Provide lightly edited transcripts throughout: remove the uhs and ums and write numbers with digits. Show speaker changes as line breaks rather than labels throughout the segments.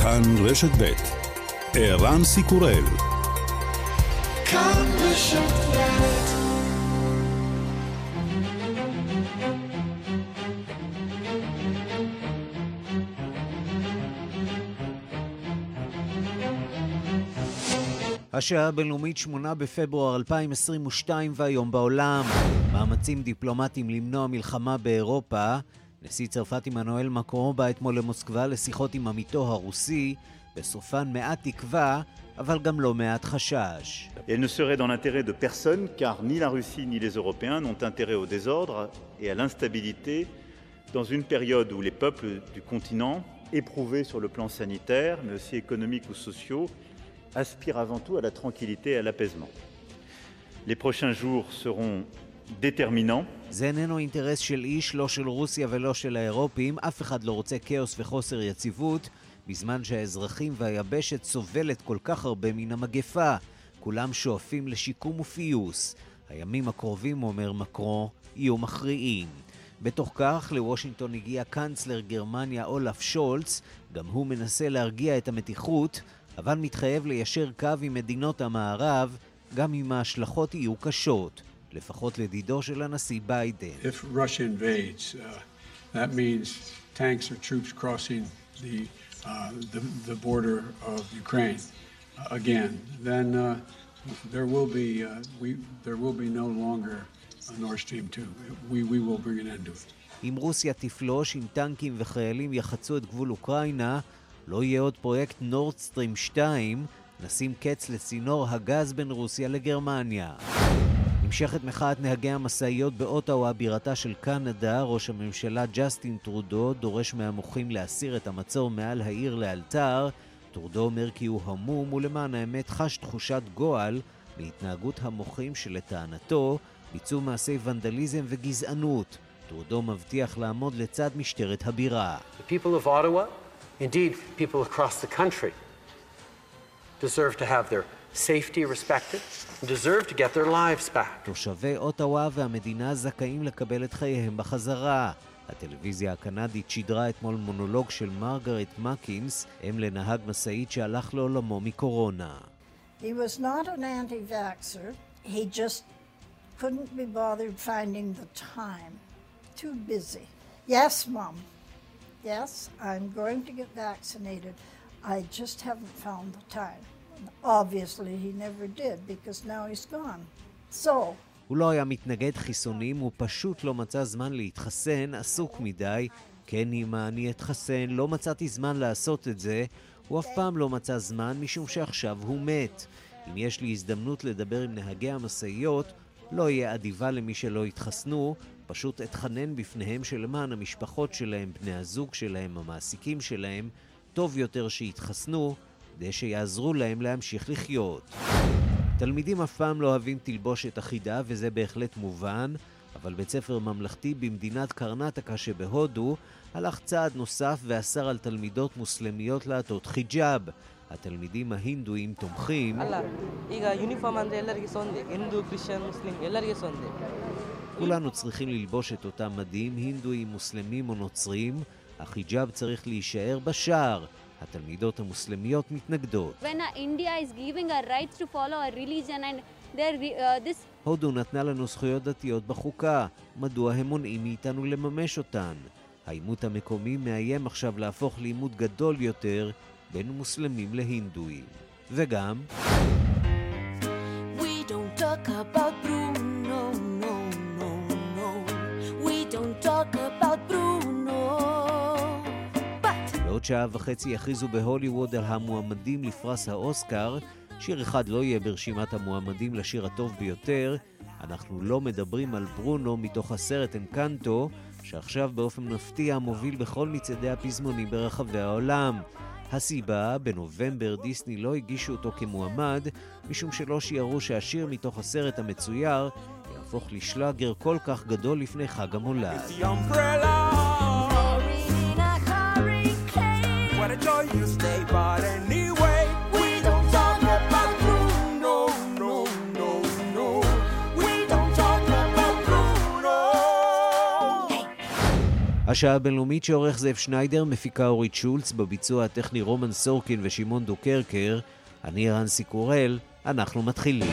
כאן רשת ב' ערן סיקורל. כאן רשת ב'. השעה הבינלאומית 8 בפברואר 2022 והיום בעולם. מאמצים דיפלומטיים למנוע מלחמה באירופה. נשיא צרפת עמנואל מקרון בא אתמול למוסקבה לשיחות עם עמיתו הרוסי, בסופן מעט תקווה, אבל גם לא מעט חשש.
Elle ne serait dans l'intérêt de personne, car ni la Russie ni les Européens n'ont intérêt au désordre et à l'instabilité dans une période où les peuples du continent, éprouvés sur le plan sanitaire, mais aussi économique ou sociaux, aspirent avant tout à la tranquillité et à l'apaisement. Les prochains jours seront déterminants.
זה איננו אינטרס של איש, לא של רוסיה ולא של האירופים. אף אחד לא רוצה כאוס וחוסר יציבות, בזמן שהאזרחים והיבשת סובלת כל כך הרבה מן המגפה. כולם שואפים לשיקום ופיוס. הימים הקרובים, אומר מקרון, יהיו מכריעים. בתוך כך, לוושינגטון הגיע קנצלר גרמניה אולף שולץ. גם הוא מנסה להרגיע את המתיחות, אבל מתחייב ליישר קו עם מדינות המערב, גם אם ההשלכות יהיו קשות. לפחות לדידו של הנשיא ביידן.
If Russia invades, that means tanks or troops crossing the border of Ukraine again. Then there will be no longer a Nord Stream 2. We will bring an end to it.
אם רוסיה תפלוש, אם טנקים וחיילים יחצו את גבול אוקראינה, לא יהיה עוד פרויקט נורד סטרים 2, נשים קץ לצינור הגז בין רוסיה לגרמניה. נמשכת מחאת נהגי המשאיות באוטאווה, בירתה של קנדה. ראש הממשלה ג'סטין טרודו דורש מהמוחים להסיר את המצור מעל העיר לאלתר. טרודו אומר כי הוא המום ולמען האמת חש תחושת גועל מהתנהגות המוחים שלטענתו ביצעו מעשי ונדליזם וגזענות. טרודו מבטיח לעמוד לצד משטרת הבירה.
The people of Ottawa, indeed people across the country, deserve to have their safety respected and deserve to get their lives back.
תושבי אוטאווה והמדינה זכאים לקבל את חייהם בחזרה. הטלוויזיה הקנדית שידרה אתמול מונולוג של מרגרט מקינס, אם לנהג משאית שהלך לעולמו מקורונה.
He was not an anti-vaxxer. He just couldn't be bothered finding the time. Too busy. Yes, Mom. Yes, I'm going to get vaccinated. I just haven't found the time. Obviously he never did because now he's gone. So,
הוא לא היה מתנגד חיסונים, הוא פשוט לא מצא זמן להתחסן, עסוק מדי. כן, אמא, אני אתחסן, לא מצאתי זמן לעשות את זה. הוא אף פעם לא מצא זמן משום שעכשיו הוא מת. אם יש לי הזדמנות לדבר עם נהגי המשאיות, לא יהיה עדיבה למי שלא יתחסנו, פשוט אתחנן בפניהם שלמען המשפחות שלהם, בני הזוג שלהם, המעסיקים שלהם, טוב יותר שיתחסנו, כדי שיעזרו להם להמשיך לחיות. תלמידים אף פעם לא אוהבים תלבושת אחידה, וזה בהחלט מובן, אבל בית ספר ממלכתי במדינת קרנטקה שבהודו הלך צעד נוסף ואסר על תלמידות מוסלמיות לעטות חיג'אב. התלמידים ההינדואים תומכים.
ಈಗ ಯೂನಿಫಾರ್ಮ್ ಅಂದ್ರೆ ಎಲ್ಲರಿಗೆ ಸೊಂದೆ ಹಿಂದೂ ಕ್ರಿಶ್ಚಿಯನ್ ಮುಸ್ಲಿಂ ಎಲ್ಲರಿಗೆ ಸೊಂದೆ.
כולנו צריכים ללבוש את אותם מדים, הינדואים, מוסלמים או נוצרים. החיג'אב צריך להישאר בשער. התלמידות המוסלמיות מתנגדות.
When India is giving our rights to follow our religion and this
הודו נתנה לנו זכויות דתיות בחוקה. מדוע הם מונעים מאיתנו לממש אותן? העימות המקומי מאיים עכשיו להפוך לעימות גדול יותר בין מוסלמים להינדואים. וגם
We don't talk about Bruno, no, no, no. We don't talk about Bruno.
בעוד שעה וחצי יכריזו בהוליווד על המועמדים לפרס האוסקר. שיר אחד לא יהיה ברשימת המועמדים לשיר הטוב ביותר. אנחנו לא מדברים על ברונו מתוך הסרט אנקנטו, שעכשיו באופן מפתיע מוביל בכל מצעדי הפזמונים ברחבי העולם. הסיבה, בנובמבר דיסני לא הגישו אותו כמועמד, משום שלא שיערו שהשיר מתוך הסרט המצויר יהפוך לשלאגר כל כך גדול לפני חג המולד.
השעה הבינלאומית שעורך זאב שניידר, מפיקה אורית שולץ, בביצוע הטכני רומן סורקין ושמעון דוקרקר. אני רנסי קורל, אנחנו מתחילים.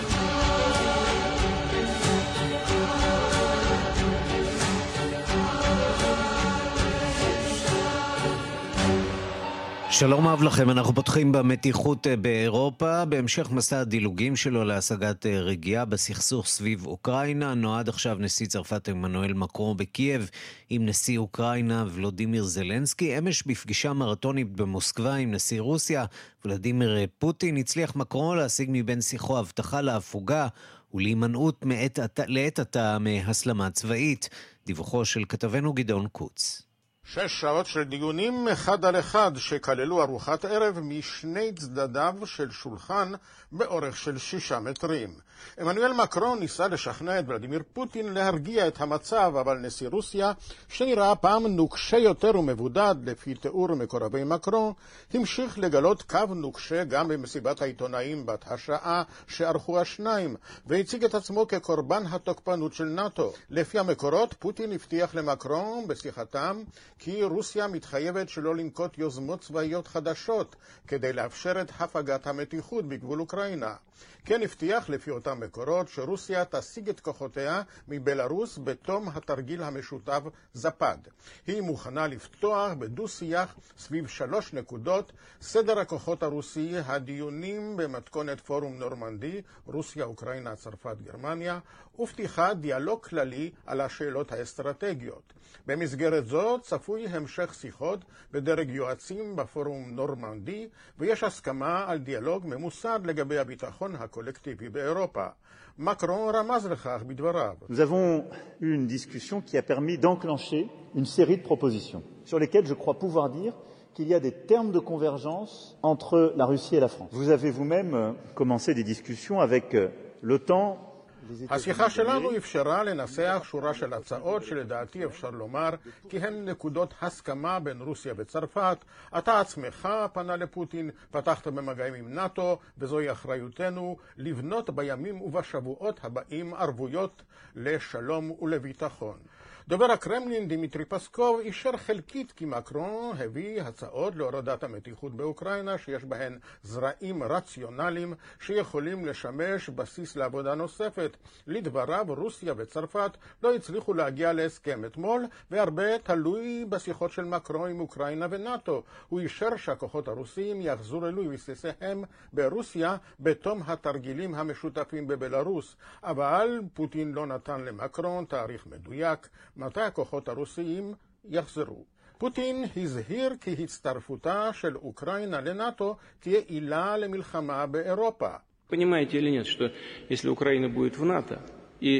שלום אהב לכם, אנחנו פותחים במתיחות באירופה. בהמשך מסע הדילוגים שלו להשגת רגיעה בסכסוך סביב אוקראינה, נועד עכשיו נשיא צרפת עמנואל מקרון בקייב עם נשיא אוקראינה ולודימיר זלנסקי. אמש בפגישה מרתונית במוסקבה עם נשיא רוסיה ולדימיר פוטין, הצליח מקרון להשיג מבין שיחו הבטחה להפוגה ולהימנעות לעת עתה מהסלמה צבאית. דיווחו של כתבנו גדעון קוץ.
6 שעות של דיונים אחד על אחד שכללו ארוחת ערב משני צדדיו של שולחן באורך של 6 מטרים. עמנואל מקרון ניסה לשכנע את ולדימיר פוטין להרגיע את המצב, אבל נשיא רוסיה, שנראה פעם נוקשה יותר ומבודד לפי תיאור מקורבי מקרון, המשיך לגלות קו נוקשה גם במסיבת העיתונאים בת השעה שערכו השניים, והציג את עצמו כקורבן התוקפנות של נאטו. לפי המקורות, פוטין הבטיח למקרון בשיחתם כי רוסיה מתחייבת שלא לנקוט יוזמות צבאיות חדשות כדי לאפשר את הפגת המתיחות בגבול אוקראינה. כן הבטיח לפי אותם מקורות שרוסיה תשיג את כוחותיה מבלרוס בתום התרגיל המשותף זפד. היא מוכנה לפתוח בדו-שיח סביב 3 נקודות: סדר הכוחות הרוסי, הדיונים במתכונת פורום נורמנדי, רוסיה, אוקראינה, צרפת, גרמניה, ופתיחת דיאלוג כללי על השאלות האסטרטגיות. במסגרת זו צפוי המשך שיחות בדרג יועצים בפורום נורמנדי, ויש הסכמה על דיאלוג ממוסד לגבי הביטחון הקולקטיבי באירופה. מקרון רמז לכך בדבריו.
Nous avons eu une discussion qui a permis d'enclencher une série de propositions sur lesquelles je crois pouvoir dire qu'il y a des termes de convergence entre la Russie et la France. Vous avez vous-même commencé des discussions avec l'OTAN.
השיחה שלנו אפשרה לנסח שורה של הצעות שלדעתי אפשר לומר כי הן נקודות הסכמה בין רוסיה וצרפת. אתה עצמך פנה לפוטין, פתחת במגעים עם נאטו, וזוהי אחריותנו לבנות בימים ובשבועות הבאים ערבויות לשלום ולביטחון. דובר הקרמלין דימיטרי פסקוב אישר חלקית כי מקרון הביא הצעות להורדת המתיחות באוקראינה שיש בהן זרעים רציונליים שיכולים לשמש בסיס לעבודה נוספת. לדבריו, רוסיה וצרפת לא הצליחו להגיע להסכם אתמול, והרבה תלוי בשיחות של מקרון עם אוקראינה ונאטו. הוא אישר שהכוחות הרוסיים יחזרו לבסיסיהם ברוסיה בתום התרגילים המשותפים בבלרוס, אבל פוטין לא נתן למקרון תאריך מדויק מתי הכוחות הרוסיים יחזרו. פוטין הזהיר כי הצטרפותה של אוקראינה לנאטו תהיה עילה למלחמה באירופה.
Понимаете или нет, что если Украина будет в НАТО и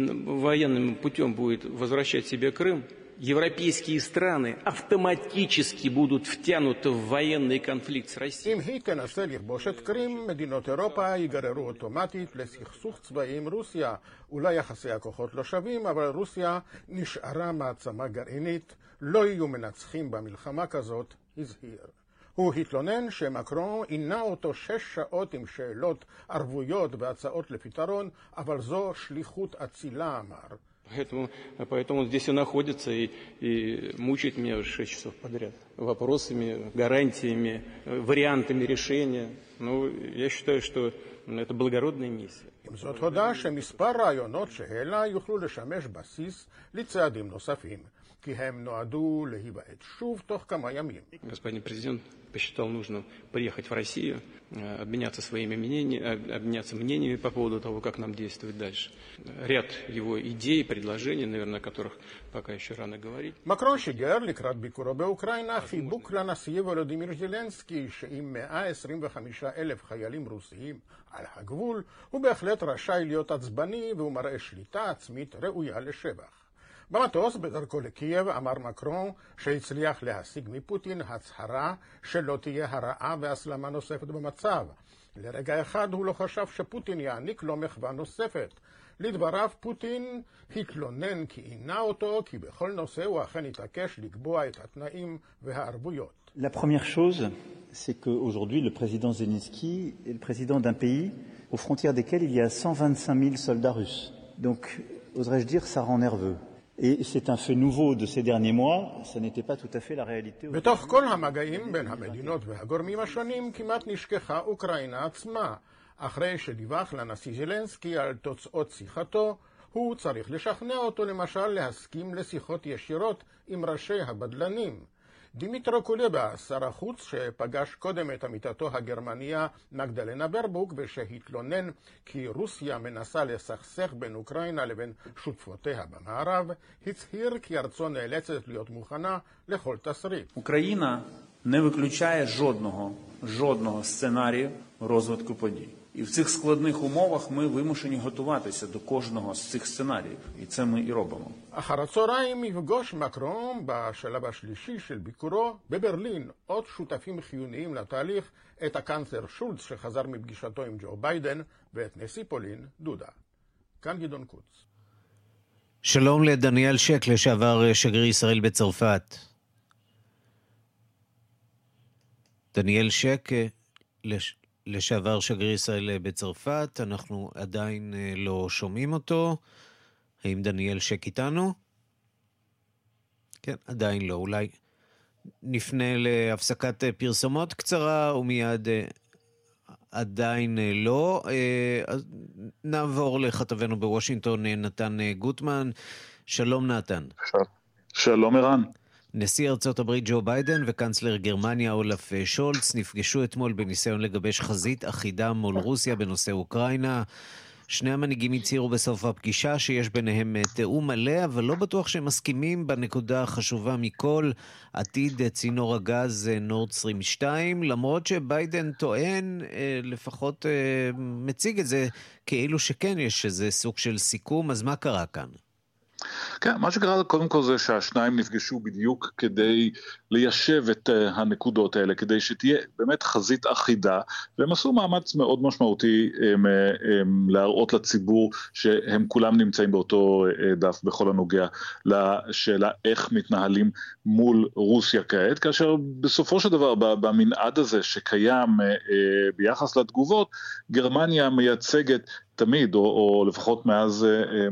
военным путем будет возвращать себе Крым, европейские страны автоматически будут втянуты в военный конфликт с Россией.
אם היא תנסה לכבוש את קרים, מדינות אירופה ייגררו אוטומטית לסכסוך צבאי עם רוסיה. אולי יחסי הכוחות לא שווים, אבל רוסיה נשארה מעצמה גרעינית. לא יהיו מנצחים במלחמה כזאת, הזהיר. הוא התלונן שמקרון עינה אותו 6 שעות עם שאלות, ערבויות והצעות לפתרון, אבל זו שליחות אצילה, אמר.
Поэтому здесь и находится и мучает меня 6 часов подряд вопросами, гарантиями, вариантами решения. Ну, я считаю, что это благородная миссия.
עם זאת הודע שמספר רעיונות שהעלה יוכלו לשמש בסיס לצעדים נוספים, כי הם נועדו להיוועד שוב תוך כמה ימים.
Господин президент посчитал нужным приехать в Россию, обменяться мнениями по поводу того, как нам действовать дальше. Ряд его идей, предложений, наверное, о которых пока еще рано говорить.
מקרון שיגר לקראת ביקורו באוקראינה חיבוק לנשיא ולדימיר זלנסקי, שעם 125,000 חיילים רוסיים על הגבול, הוא בהחלט רשאי להיות עצבני והוא מראה שליטה עצמית ראויה לשבח. במטוס בדרכו לקייב אמר מקרון שהצליח להשיג מפוטין הצהרה שלא תהיה הרעה והסלמה נוספת במצב. לרגע אחד הוא לא חשב שפוטין יעניק לו מחווה נוספת. לדבריו פוטין התלונן כי עינה אותו, כי בכל נושא הוא אכן התעקש לקבוע את התנאים והערבויות.
La première chose, c'est qu'aujourd'hui le président Zelensky est le président d'un pays aux frontières desquels il y a 125 000 soldats russes. Donc, oserais-je dire, ça rend nerveux. Et c'est un fait nouveau de ces derniers mois, ça n'était pas tout à fait la réalité.
בתוך כל המגעים בין המדינות והגורמים השונים כמעט נשכחה אוקראינה עצמה. אחרי שדיווח לנשיא זלנסקי על תוצאות שיחתו, הוא צריך לשכנע אותו למשל להסכים לשיחות ישירות עם ראשי הבדלנים. דימיטרו קולבה, שר החוץ שפגש קודם את עמיתתו הגרמניה מגדלנה ברבוק ושהתלונן כי רוסיה מנסה לסכסך בין אוקראינה לבין שותפותיה במערב, הצהיר כי ארצו נאלצת להיות מוכנה לכל תסריט.
Україна не виключає жодного сценарію розвитку подій. І в цих складних умовах ми вимушені готуватися до кожного з цих сценаріїв. І це ми і робимо.
אחר הצהריים יפגוש מקרון בשלב השלישי של ביקורו בברלין עוד שותפים חיוניים לתהליך, את הקנצלר שולץ שחזר מפגישתו עם ג'ו ביידן ואת נשיא פולין דודה. כאן גדעון קוץ.
שלום לדניאל שק, לשעבר שגריר ישראל בצרפת. דניאל שק, לשעבר שגריר ישראל בצרפת, אנחנו עדיין לא שומעים אותו. האם דניאל שק איתנו? כן, עדיין לא. אולי נפנה להפסקת פרסומות קצרה ומיד עדיין לא. אז נעבור לכתבנו בוושינגטון נתן גוטמן. שלום נתן.
שלום ערן.
נשיא ארצות הברית ג'ו ביידן וקנצלר גרמניה אולף שולץ נפגשו אתמול בניסיון לגבש חזית אחידה מול רוסיה בנושא אוקראינה. שני המנהיגים הצהירו בסוף הפגישה שיש ביניהם תיאום מלא, אבל לא בטוח שהם מסכימים בנקודה החשובה מכל, עתיד צינור הגז נורד סטרים 2, למרות שביידן טוען, לפחות מציג את זה כאילו שכן יש איזה סוג של סיכום. אז מה קרה כאן?
כן, מה שקרה קודם כל זה שהשניים נפגשו בדיוק כדי ליישב את הנקודות האלה, כדי שתהיה באמת חזית אחידה, והם עשו מאמץ מאוד משמעותי להראות לציבור שהם כולם נמצאים באותו דף בכל הנוגע לשאלה איך מתנהלים מול רוסיה כעת, כאשר בסופו של דבר במנעד הזה שקיים ביחס לתגובות, גרמניה מייצגת תמיד, או לפחות מאז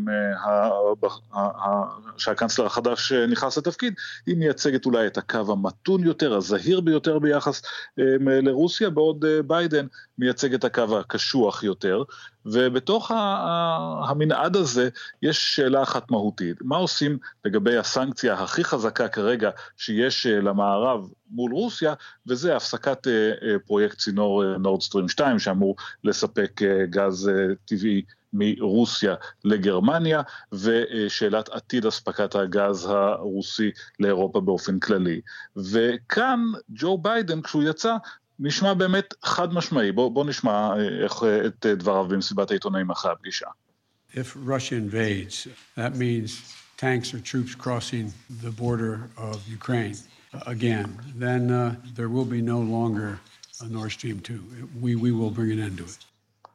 שהקנצלר החדש נכנס לתפקיד, היא מייצגת אולי את הקו המתון יותר, הזהיר ביותר ביחס לרוסיה, בעוד ביידן מייצג את הקו הקשוח יותר, ובתוך המנעד הזה יש שאלה אחת מהותית. מה עושים לגבי הסנקציה הכי חזקה כרגע שיש למערב מול רוסיה, וזה הפסקת פרויקט צינור נורד סטרים 2, שאמור לספק גז טבעי מרוסיה לגרמניה, ושאלת עתיד הספקת הגז הרוסי לאירופה באופן כללי. וכאן ג'ו ביידן כשהוא יצא, נשמע באמת חד משמעי. בוא נשמע את דבריו במסיבת העיתונאים אחרי הפגישה.
If Russia invades, that means tanks or troops crossing the border of Ukraine again. Then there will be no longer a Nord Stream 2. We will bring an end to it.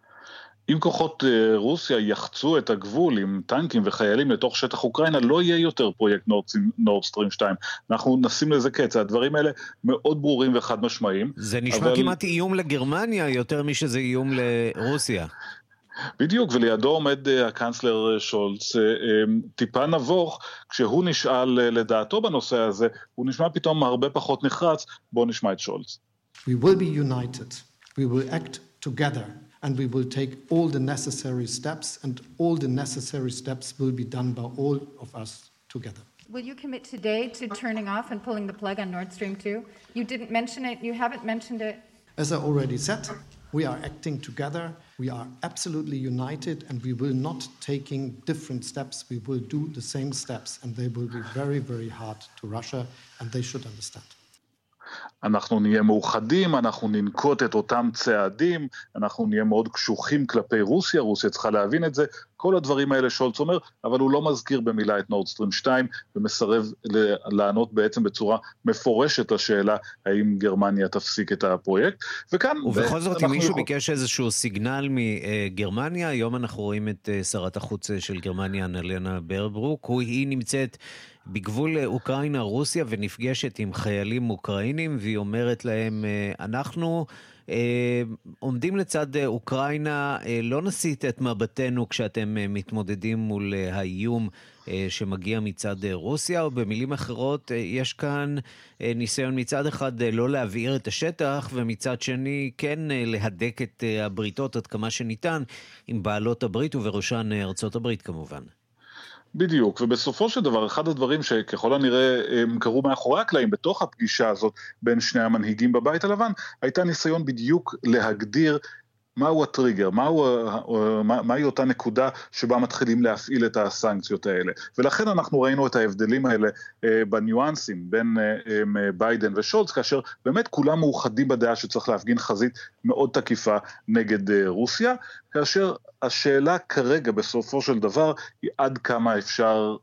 אם כוחות רוסיה יחצו את הגבול עם טנקים וחיילים לתוך שטח אוקראינה, לא יהיה יותר פרויקט נורד סטרים 2. אנחנו נשים לזה קץ. הדברים האלה מאוד ברורים וחד משמעיים.
זה נשמע כמעט איום לגרמניה יותר משזה איום לרוסיה.
בדיוק, ולידו עומד הקנצלר שולץ, טיפה נבוך, כשהוא נשאל לדעתו בנושא הזה, הוא נשמע פתאום הרבה פחות נחרץ. בואו נשמע את שולץ.
We will be united. We will act together. And we will take all the necessary steps, and all the necessary steps will be done by all of us together.
Will you commit today to turning off and pulling the plug on Nord Stream 2? You didn't mention it, you haven't mentioned it.
As I already said, we are acting together, we are absolutely united, and we will not taking different steps, we will do the same steps, and they will be very, very hard to Russia, and they should understand.
אנחנו נהיה מאוחדים, אנחנו ננקוט את אותם צעדים, אנחנו נהיה מאוד קשוחים כלפי רוסיה, רוסיה צריכה להבין את זה, כל הדברים האלה שולץ אומר, אבל הוא לא מזכיר במילה את נורד סטרים 2, ומסרב לענות בעצם בצורה מפורשת לשאלה, האם גרמניה תפסיק את הפרויקט, וכאן...
ובכל זאת, אם מישהו ביקש איזשהו סיגנל מגרמניה, היום אנחנו רואים את שרת החוץ של גרמניה, אנלנה ברברוק, היא נמצאת בגבול אוקראינה-רוסיה ונפגשת עם חיילים אוקראינים, והיא אומרת להם, אנחנו עומדים לצד אוקראינה, לא נסיט את מבטנו כשאתם מתמודדים מול האיום שמגיע מצד רוסיה, או במילים אחרות, יש כאן ניסיון מצד אחד לא להבעיר את השטח, ומצד שני כן להדק את הבריתות עד כמה שניתן עם בעלות הברית, ובראשן ארצות הברית כמובן.
בדיוק, ובסופו של דבר, אחד הדברים שככל הנראה קרו מאחורי הקלעים בתוך הפגישה הזאת בין שני המנהיגים בבית הלבן, הייתה ניסיון בדיוק להגדיר מהו הטריגר, מהי אותה נקודה שבה מתחילים להפעיל את הסנקציות האלה. ולכן אנחנו ראינו את ההבדלים האלה בניואנסים בין ביידן ושולץ, כאשר באמת כולם מאוחדים בדעה שצריך להפגין חזית מאוד תקיפה נגד רוסיה, כאשר השאלה כרגע בסופו של דבר היא עד כמה אפשר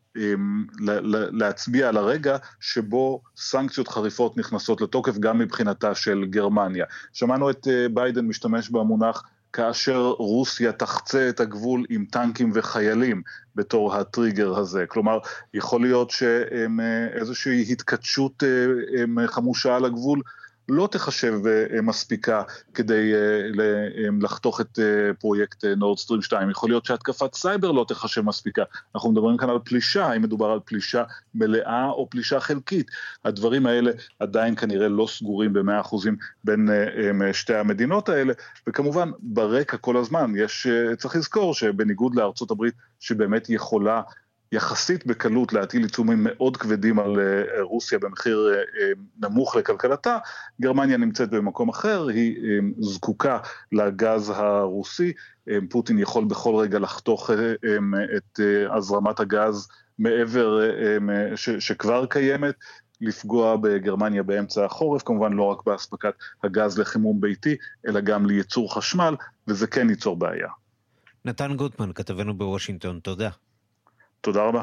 להצביע על הרגע שבו סנקציות חריפות נכנסות לתוקף גם מבחינתה של גרמניה. שמענו את ביידן משתמש במונח כאשר רוסיה תחצה את הגבול עם טנקים וחיילים בתור הטריגר הזה. כלומר, יכול להיות שאיזושהי התקדשות חמושה על הגבול לא תחשב מספיקה כדי לחתוך את פרויקט נורד סטרים 2. יכול להיות שהתקפת סייבר לא תחשב מספיקה. אנחנו מדברים כאן על פלישה, האם מדובר על פלישה מלאה או פלישה חלקית. הדברים האלה עדיין כנראה לא סגורים ב100% בין שתי המדינות האלה, וכמובן ברקע כל הזמן צריך לזכור שבניגוד לארצות הברית שבאמת יכולה יחסית בקלות להטיל עיצומים מאוד כבדים על רוסיה במחיר נמוך לכלכלתה, גרמניה נמצאת במקום אחר, היא זקוקה לגז הרוסי, פוטין יכול בכל רגע לחתוך את הזרמת הגז מעבר שכבר קיימת, לפגוע בגרמניה באמצע החורף, כמובן לא רק בהספקת הגז לחימום ביתי, אלא גם לייצור חשמל, וזה כן ייצור בעיה.
נתן גוטמן, כתבנו בוושינגטון, תודה.
תודה רבה.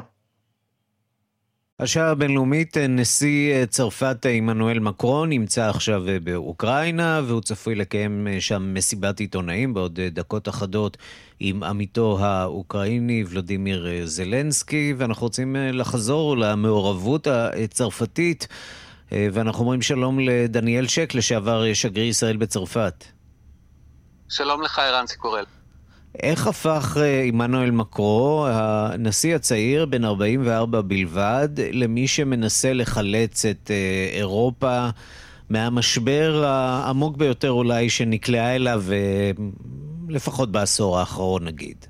השעה הבינלאומית, נשיא צרפת עמנואל מקרון נמצא עכשיו באוקראינה, והוא צפוי לקיים שם מסיבת עיתונאים בעוד דקות אחדות עם עמיתו האוקראיני ולדימיר זלנסקי, ואנחנו רוצים לחזור למעורבות הצרפתית, ואנחנו אומרים שלום לדניאל שק, לשעבר שגריר ישראל בצרפת.
שלום לך ערן סיקורל.
איך הפך עמנואל מקרון, הנשיא הצעיר בן 44 בלבד, למי שמנסה לחלץ את אירופה מהמשבר העמוק ביותר אולי שנקלעה אליו, לפחות בעשור האחרון נגיד?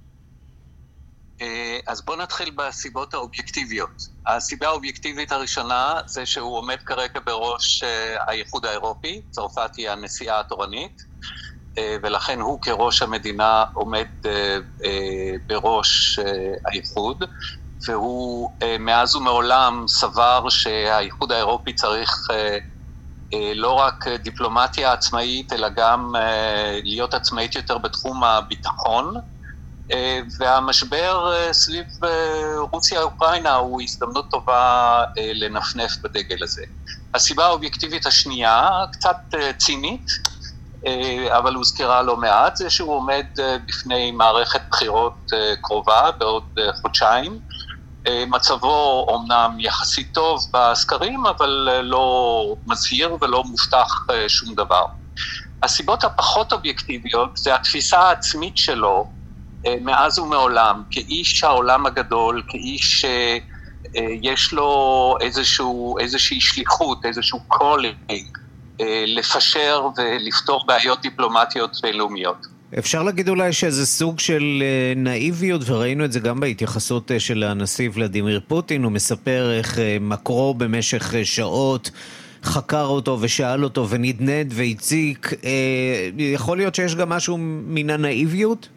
אז בוא נתחיל בסיבות האובייקטיביות. הסיבה האובייקטיבית הראשונה זה שהוא עומד כרגע בראש האיחוד האירופי, צרפת היא הנשיאה התורנית, ולכן הוא כראש המדינה עומד בראש האיחוד, והוא מאז ומעולם סבר שהאיחוד האירופי צריך לא רק דיפלומטיה עצמאית, אלא גם להיות עצמאית יותר בתחום הביטחון, והמשבר סביב רוסיה-אוקראינה הוא הזדמנות טובה לנפנף בדגל הזה. הסיבה האובייקטיבית השנייה, קצת צינית, אבל הוזכרה לא מעט, זה שהוא עומד בפני מערכת בחירות קרובה בעוד חודשיים. מצבו אומנם יחסית טוב בסקרים, אבל לא מזהיר ולא מובטח שום דבר. הסיבות הפחות אובייקטיביות זה התפיסה העצמית שלו מאז ומעולם, כאיש העולם הגדול, כאיש שיש לו איזושהי שליחות, איזשהו קולינג, לפשר ולפתור בעיות דיפלומטיות בינלאומיות.
אפשר להגיד אולי שזה סוג של נאיביות, וראינו את זה גם בהתייחסות של הנשיא ולדימיר פוטין. הוא מספר איך מקרון במשך שעות חקר אותו ושאל אותו ונדנד והציק. יכול להיות שיש גם משהו מן הנאיביות?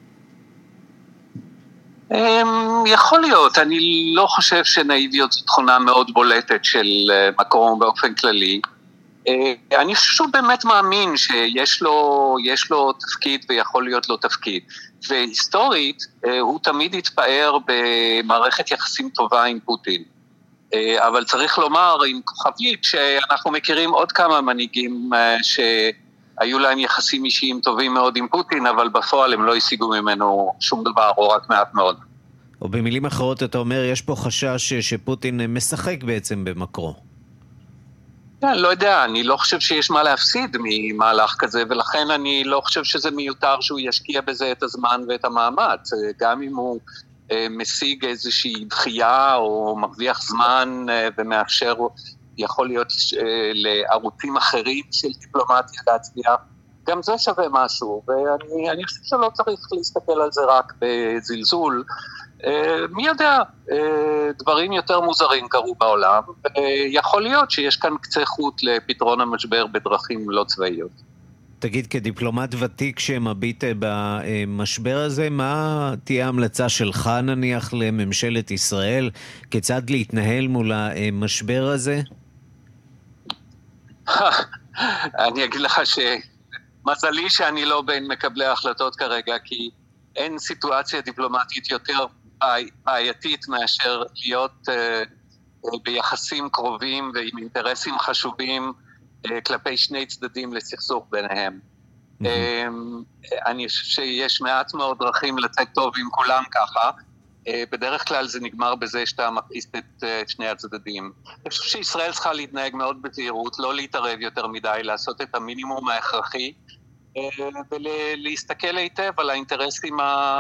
יכול להיות. אני לא חושב שנאיביות זו תכונה מאוד בולטת של מקרון באופן כללי. אני חושב שהוא באמת מאמין שיש לו תפקיד ויכול להיות לו תפקיד. והיסטורית הוא תמיד התפאר במערכת יחסים טובה עם פוטין. אבל צריך לומר עם כוכבית שאנחנו מכירים עוד כמה מנהיגים שהיו להם יחסים אישיים טובים מאוד עם פוטין, אבל בפועל הם לא השיגו ממנו שום דבר או רק מעט מאוד.
או במילים אחרות אתה אומר, יש פה חשש שפוטין משחק בעצם במקרו.
לא יודע, אני לא חושב שיש מה להפסיד ממהלך כזה, ולכן אני לא חושב שזה מיותר שהוא ישקיע בזה את הזמן ואת המאמץ. גם אם הוא משיג איזושהי דחייה או מרוויח זמן ומאפשר, יכול להיות לערוצים אחרים של דיפלומטיה להצליח, גם זה שווה משהו, ואני חושב שלא צריך להסתכל על זה רק בזלזול. מי יודע, דברים יותר מוזרים קרו בעולם, ויכול להיות שיש כאן קצה חוט לפתרון המשבר בדרכים לא צבאיות.
תגיד, כדיפלומט ותיק שמביט במשבר הזה, מה תהיה ההמלצה שלך נניח לממשלת ישראל? כיצד להתנהל מול המשבר הזה?
אני אגיד לך שמזלי שאני לא בין מקבלי ההחלטות כרגע, כי אין סיטואציה דיפלומטית יותר בעייתית מאשר להיות ביחסים קרובים ועם אינטרסים חשובים כלפי שני צדדים לסכסוך ביניהם. אני חושב שיש מעט מאוד דרכים לצאת טוב עם כולם ככה. בדרך כלל זה נגמר בזה שאתה מכעיס את שני הצדדים. אני חושב שישראל צריכה להתנהג מאוד בזהירות, לא להתערב יותר מדי, לעשות את המינימום ההכרחי, ולהסתכל היטב על האינטרסים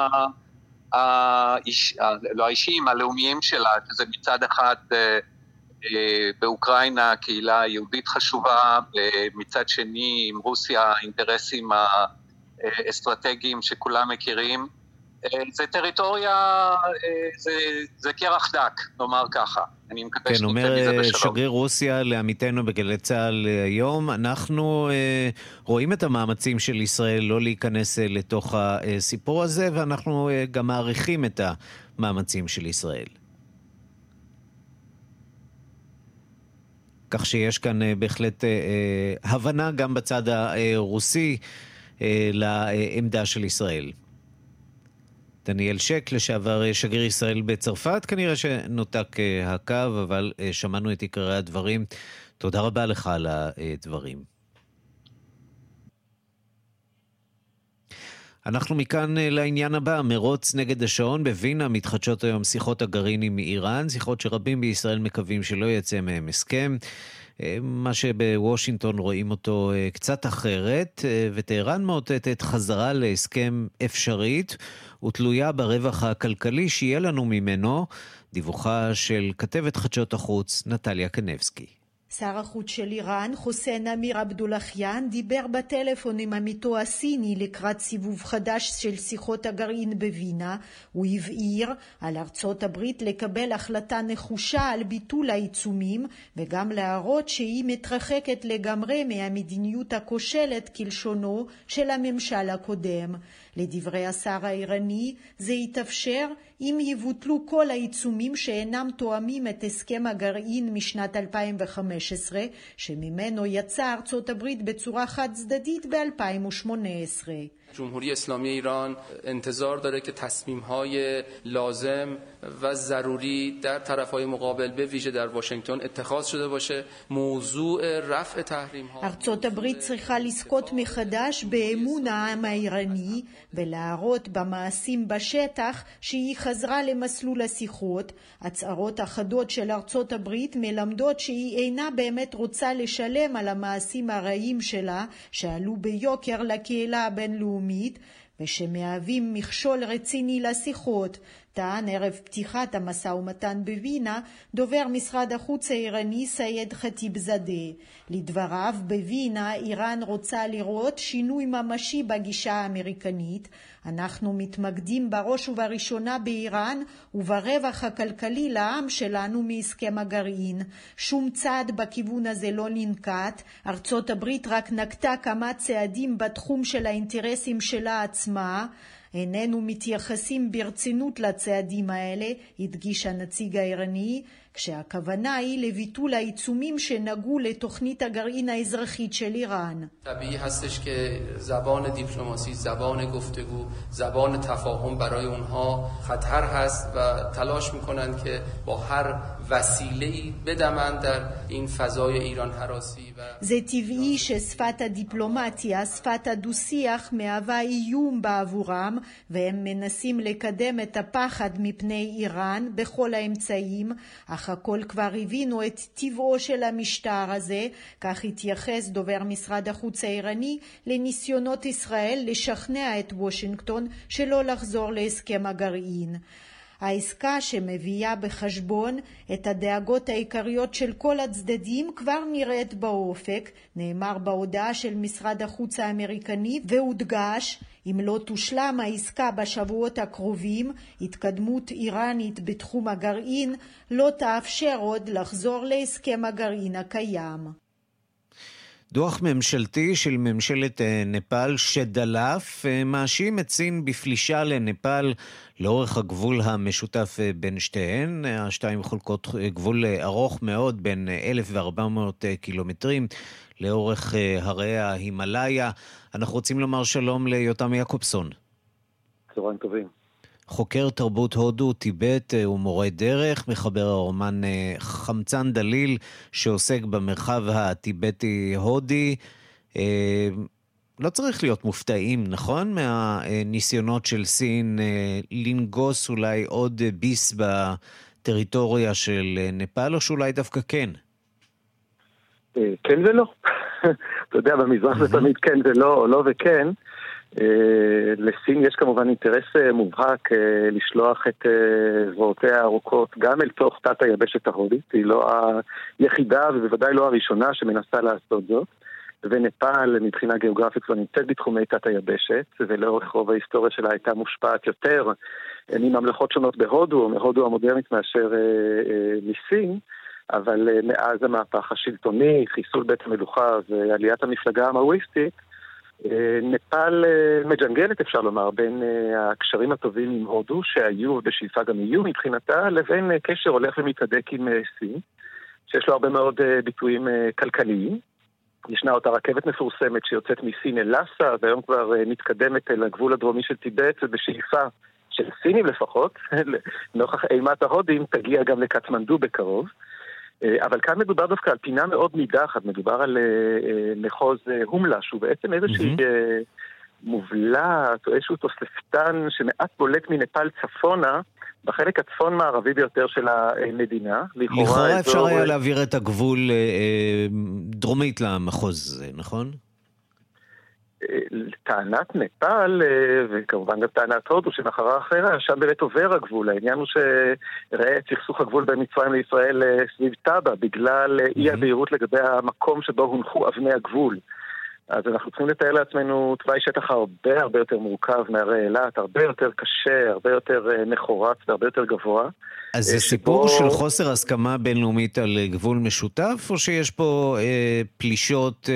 לא האישיים, הלאומיים שלה, שזה מצד אחד באוקראינה קהילה יהודית חשובה, ומצד שני עם רוסיה האינטרסים האסטרטגיים שכולם מכירים. זה טריטוריה, זה קרח דק, נאמר ככה. אני מקווה
כן, אומר שגריר רוסיה לעמיתנו בגלי צה"ל היום, אנחנו רואים את המאמצים של ישראל לא להיכנס לתוך הסיפור הזה, ואנחנו גם מעריכים את המאמצים של ישראל. כך שיש כאן בהחלט הבנה גם בצד הרוסי לעמדה של ישראל. דניאל שק, לשעבר שגריר ישראל בצרפת, כנראה שנותק הקו, אבל שמענו את עיקרי הדברים. תודה רבה לך על הדברים. אנחנו מכאן לעניין הבא, מרוץ נגד השעון בווינה, מתחדשות היום שיחות הגרעין עם איראן, שיחות שרבים בישראל מקווים שלא יצא מהם הסכם. מה שבוושינגטון רואים אותו קצת אחרת, וטהרן מאותתת חזרה להסכם אפשרית ותלויה ברווח הכלכלי שיהיה לנו ממנו. דיווחה של כתבת חדשות החוץ נטליה קנבסקי.
שר החוץ של איראן, חוסיין אמיר עבדולחיאן, דיבר בטלפון עם עמיתו הסיני לקראת סיבוב חדש של שיחות הגרעין בווינה. הוא הבהיר על ארצות הברית לקבל החלטה נחושה על ביטול העיצומים, וגם להראות שהיא מתרחקת לגמרי מהמדיניות הכושלת כלשונו של הממשל הקודם. לדברי השר האיראני, זה יתאפשר אם יבוטלו כל העיצומים שאינם תואמים את הסכם הגרעין משנת 2015, שממנו יצאה ארצות הברית בצורה חד צדדית ב-2018.
جمهوری اسلامی ایران انتظار داره که تصمیم‌های لازم و ضروری در طرف‌های مقابل به ویژه در واشنگتن اتخاذ شده باشه. موضوع رفع تحریم‌ها
ארצות הברית צריכה לזכות מחדש באמון העם האיראני ולהראות במעשים בשטח שהיא חזרה למסלול השיחות. הצהרות אחדות של ארצות הברית מלמדות שהיא אינה באמת רוצה לשלם על המעשים הרעים שלה שעלו ביוקר לקהילה הבינלאומית ושמהווים מכשול רציני לשיחות. טען ערב פתיחת המשא ומתן בווינה דובר משרד החוץ האיראני סייד חטיבזאדה. לדבריו, בווינה איראן רוצה לראות שינוי ממשי בגישה האמריקנית. אנחנו מתמקדים בראש ובראשונה באיראן וברווח הכלכלי לעם שלנו מהסכם הגרעין. שום צעד בכיוון הזה לא ננקט. ארצות הברית רק נקטה כמה צעדים בתחום של האינטרסים שלה עצמה. איננו מתייחסים ברצינות לצעדים האלה, הדגיש הנציג האיראני, כשהכוונה היא לביטול העיצומים שנגעו לתוכנית הגרעין האזרחית של איראן.
طبیعی هستش که زبان دیپلماسی، زبان گفتگو، زبان تفاهم برای اونها خطر هست و تلاش میکنن که با هر وسیله‌ای بدمند در این فضای ایران هراسی
זה טבעי ששפת הדיפלומטיה, שפת הדו-שיח, מהווה איום בעבורם, והם מנסים לקדם את הפחד מפני איראן בכל האמצעים, אך הכל כבר הבינו את טבעו של המשטר הזה, כך התייחס דובר משרד החוץ האיראני לניסיונות ישראל לשכנע את וושינגטון שלא לחזור להסכם הגרעין. העסקה שמביאה בחשבון את הדאגות העיקריות של כל הצדדים כבר נראית באופק, נאמר בהודעה של משרד החוץ האמריקני, והודגש, אם לא תושלם העסקה בשבועות הקרובים, התקדמות איראנית בתחום הגרעין לא תאפשר עוד לחזור להסכם הגרעין הקיים.
דוח ממשלתי של ממשלת נפאל שדלף מאשים את סין בפלישה לנפאל לאורך הגבול המשותף בין שתיהן. השתיים חולקות גבול ארוך מאוד בין 1,400 קילומטרים לאורך הרי ההימלאיה. אנחנו רוצים לומר שלום ליותם יעקובסון.
צהריים טובים.
חוקר תרבות הודו, טיבט ומורה דרך, מחבר הרומן חמצן דליל שעוסק במרחב הטיבטי-הודי. לא צריך להיות מופתעים, נכון? מהניסיונות של סין לנגוס אולי עוד ביס בטריטוריה של נפאל, או שאולי דווקא כן?
כן ולא. אתה יודע, במזרח זה תמיד כן ולא, או לא וכן. לסין יש כמובן אינטרס מובהק לשלוח את זרועותיה הארוכות גם אל תוך תת היבשת ההודית. היא לא היחידה ובוודאי לא הראשונה שמנסה לעשות זאת, ונפאל מבחינה גיאוגרפית כבר נמצאת בתחומי תת היבשת, ולאורך רוב ההיסטוריה שלה הייתה מושפעת יותר מממלכות שונות בהודו או מהודו המודרנית מאשר מסין. אבל מאז המהפך השלטוני, חיסול בית המלוכה ועליית המפלגה המאואיסטית, נפאל מג'נגלת, אפשר לומר, בין הקשרים הטובים עם הודו, שהיו בשאיפה גם יהיו מבחינתה, לבין קשר הולך ומתהדק עם סין, שיש לו הרבה מאוד ביטויים כלכליים. ישנה אותה רכבת מפורסמת שיוצאת מסין אל לאסה, והיום כבר מתקדמת אל הגבול הדרומי של טיבט, ובשאיפה של סינים לפחות, נוכח אימת ההודים, תגיע גם לקטמנדו בקרוב. אבל כאן מדובר דווקא על פינה מאוד נידחת, מדובר על מחוז הומלה, שהוא בעצם איזושהי מובלעת או איזשהו תוספתן שמעט בולט מנפאל צפונה, בחלק הצפון מערבי ביותר של המדינה.
לכאורה אפשר היה להעביר את הגבול דרומית למחוז הזה, נכון?
טענת נפאל, וכמובן גם טענת הודו שמחרה אחרה, שם באמת עובר הגבול. העניין הוא שראה את סכסוך הגבול בין מצרים לישראל סביב טאבה, בגלל אי הבהירות לגבי המקום שבו הונחו אבני הגבול. אז אנחנו צריכים לתאר לעצמנו תוואי שטח הרבה יותר מורכב מהרי אילת, הרבה יותר קשה, הרבה יותר מחורץ והרבה יותר גבוה.
אז זה סיפור של חוסר הסכמה בינלאומית על גבול משותף, או שיש פה פלישות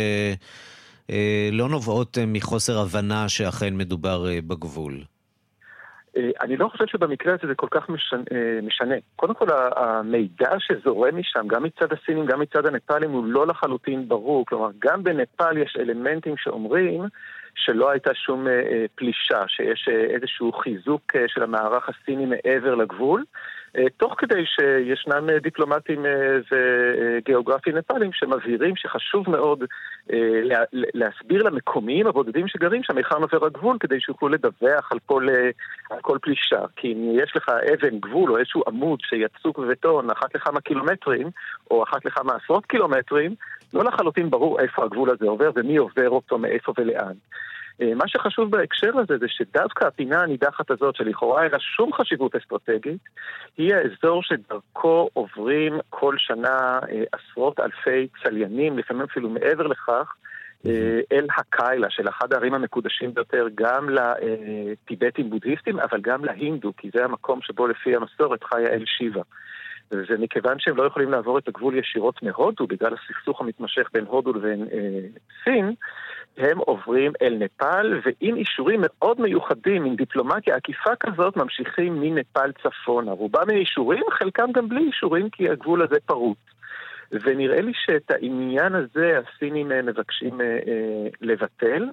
לא נובעות מחוסר הבנה שאכן מדובר בגבול?
אני לא חושב שבמקרה הזה זה כל כך משנה. קודם כל, המידע שזורם משם, גם מצד הסינים, גם מצד הנפאלים, הוא לא לחלוטין ברור. כלומר, גם בנפאל יש אלמנטים שאומרים שלא הייתה שום פלישה, שיש איזשהו חיזוק של המערך הסיני מעבר לגבול, תוך כדי שישנם דיפלומטים וגיאוגרפים נפאלים שמבהירים שחשוב מאוד להסביר למקומיים הבודדים שגרים שם היכן עובר הגבול, כדי שיוכלו לדווח על כל פלישה. כי אם יש לך אבן גבול או איזשהו עמוד שיצוק בבטון אחת לכמה קילומטרים או אחת לכמה עשרות קילומטרים, לא לחלוטין ברור איפה הגבול הזה עובר ומי עובר אותו מאיפה ולאן. מה שחשוב בהקשר הזה זה שדווקא הפינה הנידחת הזאת שלכאורה אין לה שום חשיבות אסטרטגית, היא האזור שדרכו עוברים כל שנה עשרות אלפי צליינים, לפעמים אפילו מעבר לכך, אל הקיילה של אחד הערים המקודשים ביותר גם לטיבטים בודהיסטים, אבל גם להינדו, כי זה המקום שבו לפי המסורת חיה אל שיבה. ומכיוון שהם לא יכולים לעבור את הגבול ישירות מהודו, בגלל הסכסוך המתמשך בין הודו לבין סין, הם עוברים אל נפאל, ועם אישורים מאוד מיוחדים, עם דיפלומטיה עקיפה כזאת, ממשיכים מנפאל צפונה. רובם מאישורים, חלקם גם בלי אישורים, כי הגבול הזה פרוץ. ונראה לי שאת העניין הזה הסינים מבקשים לבטל.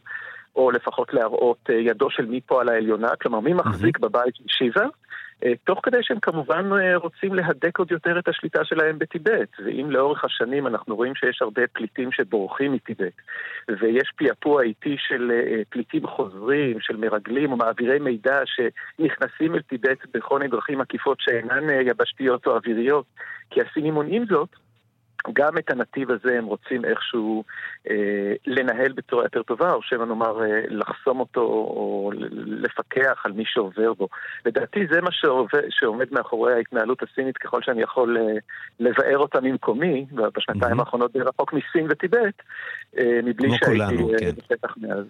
או לפחות להראות ידו של מי פה על העליונה, כלומר מי מחזיק בבית של שיבה, תוך כדי שהם כמובן רוצים להדק עוד יותר את השליטה שלהם בטיבט. ואם לאורך השנים אנחנו רואים שיש הרבה פליטים שבורחים מטיבט, ויש פיאפוע איטי של פליטים חוזרים, של מרגלים או מעבירי מידע שנכנסים אל טיבט בכל מיני דרכים עקיפות שאינן יבשתיות או אוויריות, כי הסינים מונעים זאת, גם את הנתיב הזה הם רוצים איכשהו לנהל בצורה יותר טובה, או שמא נאמר לחסום אותו או לפקח על מי שעובר בו. לדעתי זה מה שעומד מאחורי ההתנהלות הסינית, ככל שאני יכול לבאר אותה ממקומי, בשנתיים האחרונות ברחוק מסין וטיבט, מבלי שהייתי בפתח מאז.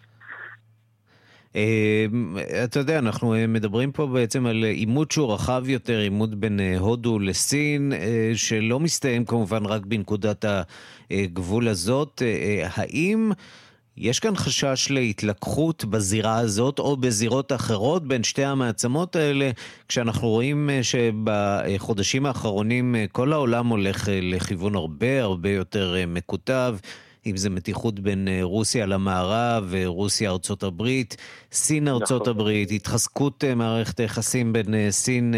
אתה יודע, אנחנו מדברים פה בעצם על עימות שהוא רחב יותר, עימות בין הודו לסין, שלא מסתיים כמובן רק בנקודת הגבול הזאת. האם יש כאן חשש להתלקחות בזירה הזאת או בזירות אחרות בין שתי המעצמות האלה, כשאנחנו רואים שבחודשים האחרונים כל העולם הולך לכיוון הרבה יותר מקוטב, אם זה מתיחות בין רוסיה למערב, רוסיה ארצות הברית, סין ארצות הברית, התחזקות מערכת היחסים בין סין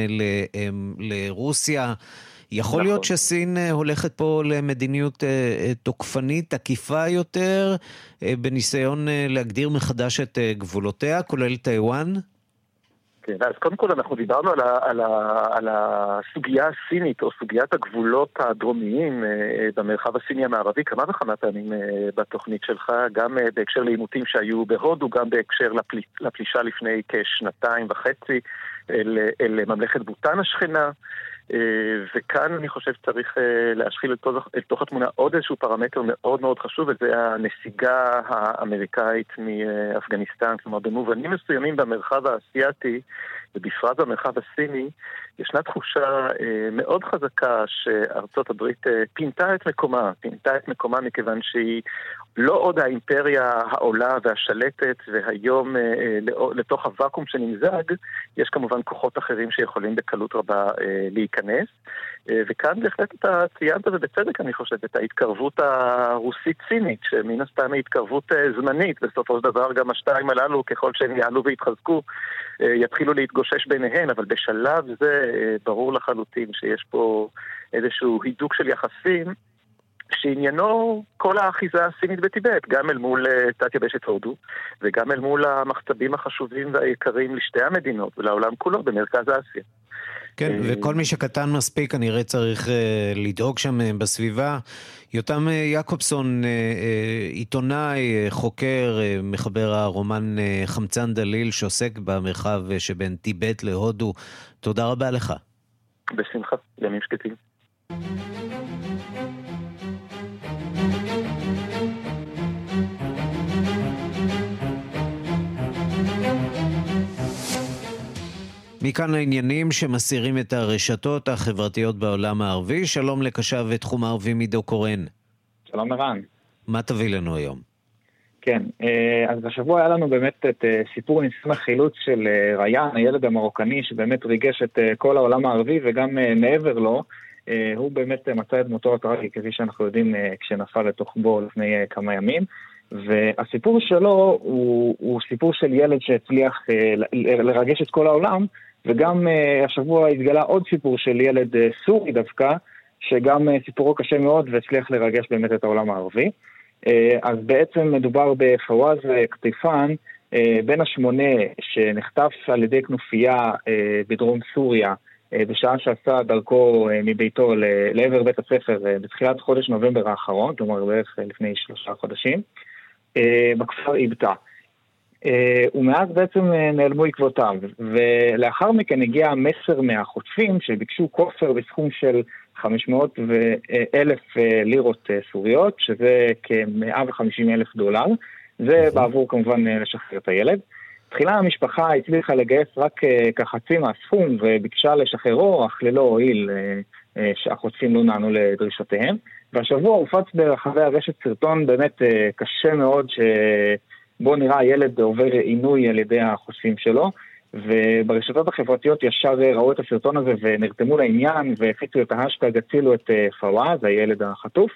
לרוסיה. יכול להיות שסין הולכת פה למדיניות תוקפנית, תקיפה יותר, בניסיון להגדיר מחדש את גבולותיה, כולל טיואן?
כן, אז קודם כל אנחנו דיברנו על הסוגיה הסינית, או סוגיית הגבולות הדרומיים במרחב הסיני המערבי, כמה וכמה פעמים בתוכנית שלך, גם בהקשר לעימותים שהיו בהודו, גם בהקשר לפלישה לפני כשנתיים וחצי אל ממלכת בוטן השכנה, וכאן אני חושב שצריך להשחיל אל תוך התמונה עוד איזשהו פרמטר מאוד מאוד חשוב, וזה הנסיגה האמריקאית מאפגניסטן. כלומר, במובנים מסוימים במרחב האסייתי, ובפרט במרחב הסיני, ישנה תחושה מאוד חזקה שארצות הברית פינתה את מקומה מכיוון שהיא לא עוד האימפריה העולה והשלטת, והיום לתוך הוואקום שנמזג, יש כמובן כוחות אחרים שיכולים בקלות רבה להיכנס. וכאן בהחלט אתה ציינת ובצדק אני חושב את ההתקרבות הרוסית-סינית, שמן הסתם היא התקרבות זמנית, בסופו של דבר גם השתיים הללו ככל שהם יעלו והתחזקו יתחילו להתגושש ביניהן, אבל בשלב זה ברור לחלוטין שיש פה איזשהו הידוק של יחסים שעניינו כל האחיזה הסינית בטיבט, גם אל מול תת יבשת הודו, וגם אל מול המחצבים החשובים והיקרים לשתי המדינות ולעולם כולו במרכז אסיה.
כן, וכל מי שקטן מספיק כנראה צריך לדאוג שם בסביבה. יותם יעקובסון, עיתונאי, חוקר, מחבר הרומן חמצן דליל, שעוסק במרחב שבין טיבט להודו. תודה רבה לך.
בשמחה, ימים שקטים.
מכאן העניינים שמסירים את הרשתות החברתיות בעולם הערבי. שלום לקשב ותחום הערבי מידו קורן.
שלום ערן.
מה תביא לנו היום?
כן, אז בשבוע היה לנו באמת את סיפור ניסיון החילוץ של ריאן, הילד המרוקני שבאמת ריגש את כל העולם הערבי וגם מעבר לו. הוא באמת מצא את מותו הטרגי, כפי שאנחנו יודעים, כשנפל לתוך בו לפני כמה ימים. והסיפור שלו הוא סיפור של ילד שהצליח לרגש את כל העולם, וגם השבוע התגלה עוד סיפור של ילד סורי דווקא, שגם סיפורו קשה מאוד והצליח לרגש באמת את העולם הערבי. אז בעצם מדובר בפואז קטיפן, בן השמונה שנחטף על ידי כנופיה בדרום סוריה, בשעה שעשה דרכו מביתו לעבר בית הספר בתחילת חודש נובמבר האחרון, כלומר בערך לפני 3 חודשים, בכפר איבטה. ומאז בעצם נעלמו עקבותיו, ולאחר מכן הגיע מסר מהחוטפים שביקשו כופר בסכום של 500,000 לירות סוריות, שזה כ$150,000, זה בעבור כמובן לשחרר את הילד. תחילה המשפחה הצליחה לגייס רק כחצי מהסכום וביקשה לשחררו, אך ללא הועיל שהחוטפים לא נענו לדרישותיהם. והשבוע הופץ ברחבי הרשת סרטון באמת קשה מאוד שבו נראה הילד עובר עינוי על ידי החוטפים שלו, וברשתות החברתיות ישר ראו את הסרטון הזה ונרתמו לעניין והפיצו את ההשטג הצילו את פואז, הילד החטוף.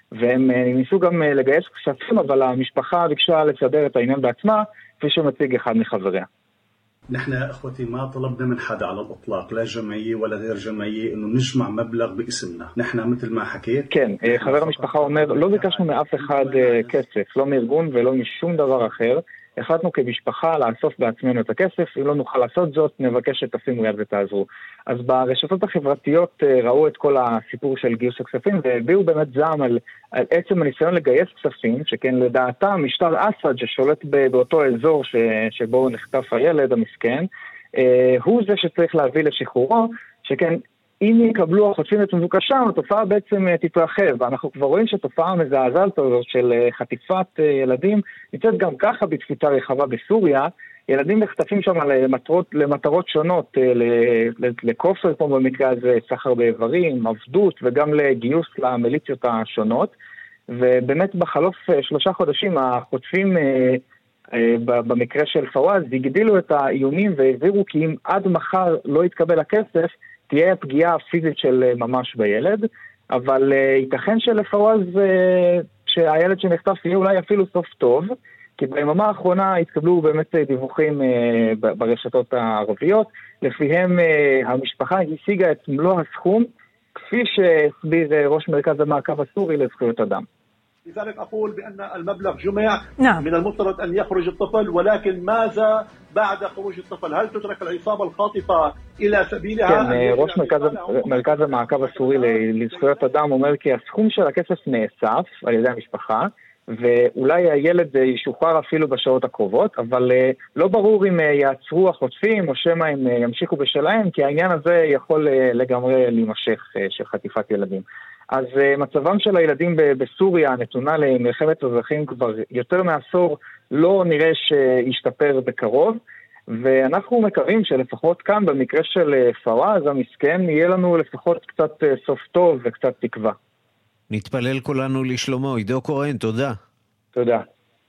והם ניסו גם לגייס כספים, אבל המשפחה ביקשה לסדר את העניין בעצמה, כפי שמציג אחד מחבריה.
نحن اخوتي ما طلبنا من حدا على الاطلاق لا جمعيه ولا غير جمعيه انه نجمع مبلغ باسمنا نحن مثل ما حكيت
כן, חבר המשפחה אומר, לא ביקשנו מאף אחד כסף, לא מארגון ולא משום דבר אחר. החלטנו כמשפחה לאסוף בעצמנו את הכסף, אם לא נוכל לעשות זאת, נבקש שתשימו יד ותעזרו. אז ברשתות החברתיות ראו את כל הסיפור של גיוס הכספים, והביאו באמת זעם על עצם הניסיון לגייס כספים, שכן לדעתם משטר אסד ששולט באותו אזור שבו נחטף הילד המסכן, הוא זה שצריך להביא לשחרורו, שכן אם יקבלו החוטפים את מבוקשם, התופעה בעצם תתרחב, ואנחנו כבר רואים שתופעה מזעזעת הזאת של חטיפת ילדים, נמצאת גם ככה בתפוצה רחבה בסוריה, ילדים נחטפים שם למטרות שונות, לכופר פה במקרה הזה, סחר באיברים, עבדות וגם לגיוס למיליציות השונות, ובאמת בחלוף 3 חודשים החוטפים במקרה של פואז הגדילו את האיומים והעבירו כי אם עד מחר לא יתקבל הכסף, תהיה פגיעה פיזית של ממש בילד, אבל ייתכן שלפואז שהילד שנחטף יהיה אולי אפילו סוף טוב, כי ביממה האחרונה התקבלו באמת דיווחים ברשתות הערביות, לפיהם המשפחה השיגה את מלוא הסכום, כפי שהסביר ראש מרכז המעקב הסורי לזכויות אדם.
لذلك أقول بأن المبلغ جمع من المفترض أن يخرج الطفل ولكن ماذا بعد خروج الطفل هل تترك العصابة الخاطفة إلى سبيلها
כן, ראש מרכז המעקב הסורי לזכויות אדם אומר כי הסכום של הכסף נאסף על ידי המשפחה ואולי הילד ישוחרר אפילו בשעות הקרובות, אבל לא ברור אם יעצרו החוטפים או שמא הם ימשיכו בשלהם, כי העניין הזה יכול לגמרי להימשך של חטיפת ילדים. אז מצבם של הילדים בסוריה נתונה למלחמת אזרחים כבר יותר מעשור, לא נראה שישתפר בקרוב, ואנחנו מקווים שלפחות כאן במקרה של פואז המסכן יהיה לנו לפחות קצת סוף טוב וקצת תקווה.
נתפלל כולנו לשלומו. עידו קורן, תודה.
תודה.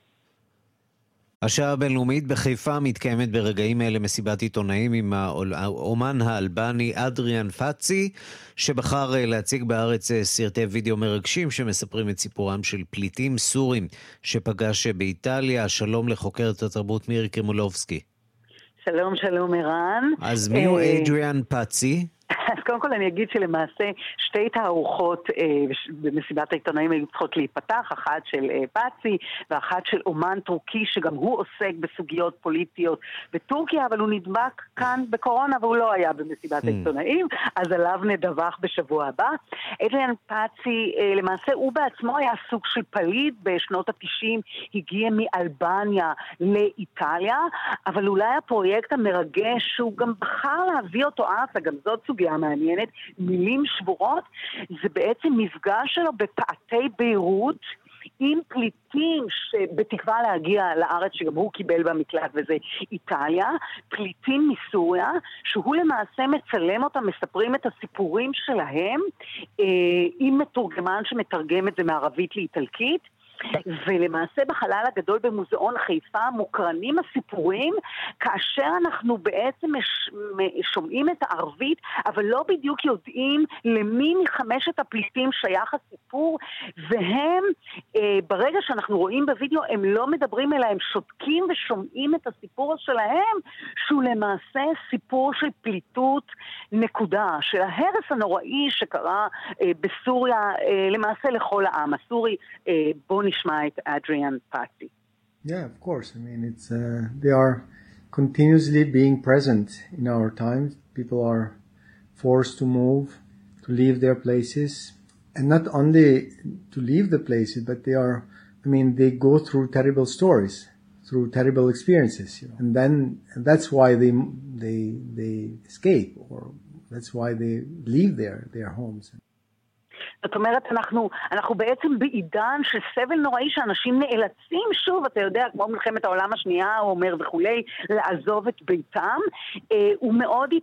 השעה הבינלאומית בחיפה מתקיימת ברגעים אלה מסיבת עיתונאים עם האומן האלבני אדריאן פאצי, שבחר להציג בארץ סרטי וידאו מרגשים שמספרים את סיפורם של פליטים סורים שפגש באיטליה. שלום לחוקרת התרבות מירי קרמולובסקי.
שלום, שלום ערן.
אז מי הוא אדריאן פאצי?
אז קודם כל אני אגיד שלמעשה 2 תערוכות במסיבת העיתונאים היו צריכות להיפתח, אחת של פאצי ואחת של אומן טורקי שגם הוא עוסק בסוגיות פוליטיות בטורקיה, אבל הוא נדבק כאן בקורונה והוא לא היה במסיבת העיתונאים, אז עליו נדווח בשבוע הבא. אדריאן פאצי למעשה הוא בעצמו היה סוג של פליט בשנות ה-90, הגיע מאלבניה לאיטליה, אבל אולי הפרויקט המרגש שהוא גם בחר להביא אותו ארצה, גם זאת סוגיה מעניינת, מילים שבורות, זה בעצם מפגש שלו בפאתי ביירות עם פליטים שבתקווה להגיע לארץ שגם הוא קיבל במקלט וזה איטליה, פליטים מסוריה, שהוא למעשה מצלם אותם, מספרים את הסיפורים שלהם עם מתורגמן שמתרגם את זה מערבית לאיטלקית, ולמעשה בחלל הגדול במוזיאון חיפה מוקרנים הסיפורים כאשר אנחנו בעצם שומעים את הערבית אבל לא בדיוק יודעים למי מ5 הפליטים שייך הסיפור, והם ברגע שאנחנו רואים בווידאו הם לא מדברים אלא הם שותקים ושומעים את הסיפור שלהם שהוא למעשה סיפור של פליטות נקודה, של ההרס הנוראי שקרה בסוריה למעשה לכל העם הסורי. בוא נשמע את אדריאן פאצי.
Yeah, of course. I mean, it's they are continuously being present in our times. People are forced to move, to leave their places, and not only to leave the places, but they go through terrible stories, through terrible experiences, and then that's why they escape, or that's why they leave their homes.
זאת אומרת, אנחנו בעצם בעידן של סבל נוראי שאנשים נאלצים שוב, אתה יודע, כמו מלחמת העולם השנייה, הוא אומר וכולי, לעזוב את ביתם. הוא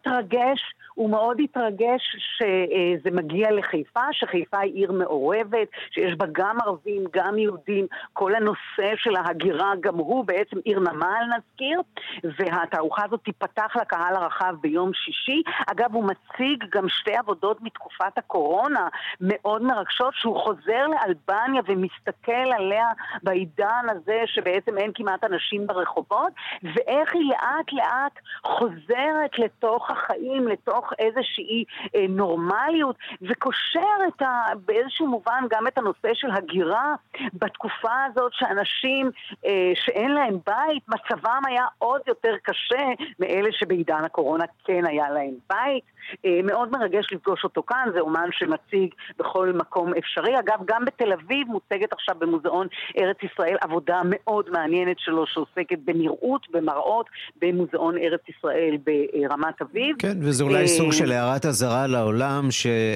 מאוד התרגש שזה מגיע לחיפה, שחיפה היא עיר מעורבת, שיש בה גם ערבים, גם יהודים, כל הנושא של ההגירה, גם הוא בעצם עיר נמל נזכיר, והתערוכה הזאת תיפתח לקהל הרחב ביום שישי. אגב, הוא מציג גם 2 עבודות מתקופת הקורונה, מאוד מאוד מרגשות, שהוא חוזר לאלבניה ומסתכל עליה בעידן הזה שבעצם אין כמעט אנשים ברחובות, ואיך היא לאט לאט חוזרת לתוך החיים, לתוך איזושהי נורמליות, וקושרת באיזשהו מובן גם את הנושא של הגירה בתקופה הזאת שאנשים שאין להם בית, מצבם היה עוד יותר קשה מאלה שבעידן הקורונה כן היה להם בית. מאוד מרגש לפגוש אותו כאן, זה אומן שמציג בכל מקום אפשרי. אגב, גם בתל אביב מוצגת עכשיו במוזיאון ארץ ישראל עבודה מאוד מעניינת שלו שעוסקת בנראות, במראות, במוזיאון ארץ ישראל ברמת אביב.
כן, וזה אולי סוג של הערת אזהרה לעולם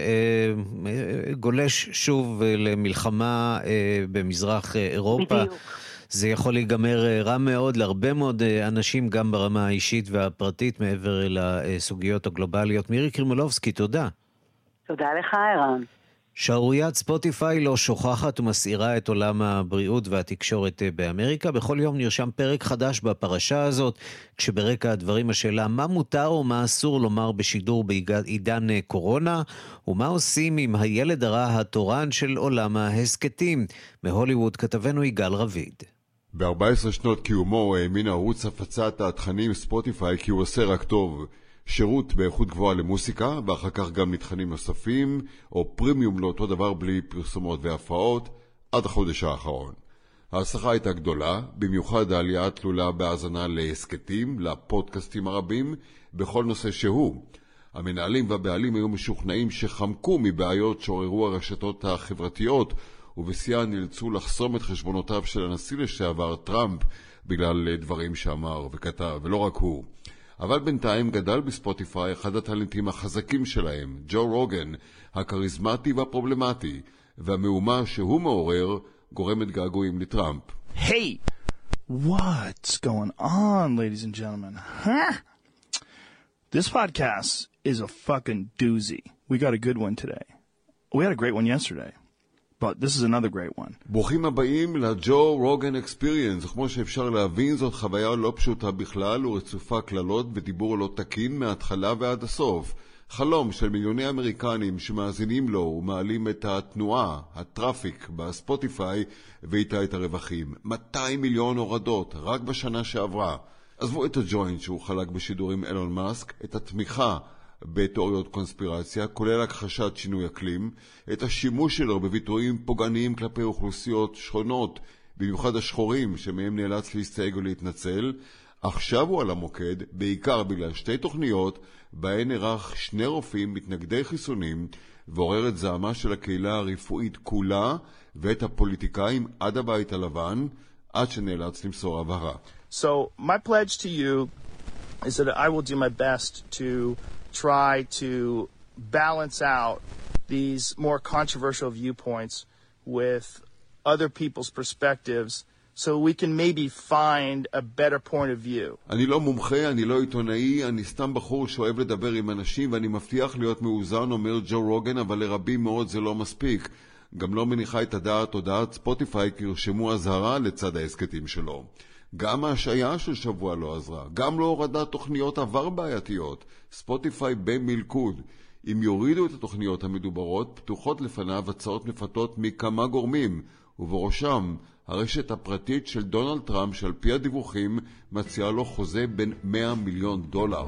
שגולש שוב למלחמה במזרח אירופה. בדיוק. זה יכול להיגמר רע מאוד להרבה מאוד אנשים גם ברמה האישית והפרטית מעבר לסוגיות הגלובליות. מירי קרימולובסקי, תודה.
תודה לך, ערן.
שערוריית ספוטיפיי לא שוכחת ומסעירה את עולם הבריאות והתקשורת באמריקה. בכל יום נרשם פרק חדש בפרשה הזאת, כשברקע הדברים השאלה מה מותר או מה אסור לומר בשידור בעידן קורונה, ומה עושים עם הילד הרע התורן של עולם ההסקטים. מהוליווד כתבנו יגאל רביד.
ב-14 שנות קיומו האמין ערוץ הפצת התכנים ספוטיפיי כי הוא עושה רק טוב. שירות באיכות גבוהה למוסיקה, ואחר כך גם לתכנים נוספים, או פרימיום לאותו דבר בלי פרסומות והפרעות, עד החודש האחרון. ההצלחה הייתה גדולה, במיוחד העלייה התלולה בהאזנה להסקטים, לפודקאסטים הרבים, בכל נושא שהוא. המנהלים והבעלים היו משוכנעים שחמקו מבעיות שעוררו הרשתות החברתיות, ובשיאה נאלצו לחסום את חשבונותיו של הנשיא לשעבר טראמפ, בגלל דברים שאמר וכתב, ולא רק הוא. אבל בינתיים גדל בספוטיפיי אחד הטלנטים החזקים שלהם, ג'ו רוגן, הקריזמטי והפרובלמטי, והמהומה שהוא מעורר גורמת געגועים לטראמפ.
Hey, what's going on, ladies and gentlemen? Huh? This podcast is a fucking doozy. We got a good one today. We had a great one yesterday. But this is another great one.
ברוכים הבאים לג'ו רוגן אקספיריאנס. כמו שאפשר להבין, זאת חוויה לא פשוטה בכלל ורצופה כללות ודיבור לא תקין מההתחלה ועד הסוף. חלום של מיליוני אמריקנים שמאזינים לו ומעלים את התנועה, הטראפיק בספוטיפיי ואיתה את הרווחים. 200 מיליון הורדות רק בשנה שעברה. עזבו את הג'וינט שהוא חלק בשידורים אילון מאסק, את התמיכה בתיאוריות קונספירציה, כולל הכחשת שינוי אקלים, את השימוש שלו בביטויים פוגעניים כלפי אוכלוסיות שכונות, במיוחד השחורים שמהם נאלץ להסתייג ולהתנצל. עכשיו הוא על המוקד, בעיקר בגלל שתי תוכניות, בהן ערך 2 רופאים מתנגדי חיסונים, ועורר את זעמה של הקהילה הרפואית כולה, ואת הפוליטיקאים עד הבית הלבן, עד שנאלץ למסור הבהרה.
So, my pledge to you is that I will do my best to try to balance out these more controversial viewpoints with other people's perspectives so we can maybe find a better point of view.
אני לא מומחה, אני לא עיתונאי, אני סתם בחור שאוהב לדבר עם אנשים ואני מבטיח להיות מאוזן, אומר ג'ו רוגן, אבל לרבים מאוד זה לא מספיק. גם לא מניחה את הדעת הודעת ספוטיפיי כי ירשמו אזהרה לצד העסקתים שלו. גם ההשעיה של שבוע לא עזרה, גם לא הורדת תוכניות עבר בעייתיות. ספוטיפיי במלכוד. אם יורידו את התוכניות המדוברות, פתוחות לפניו הצעות מפתות מכמה גורמים, ובראשם הרשת הפרטית של דונלד טראמפ שעל פי הדיווחים מציעה לו חוזה בין $100 מיליון.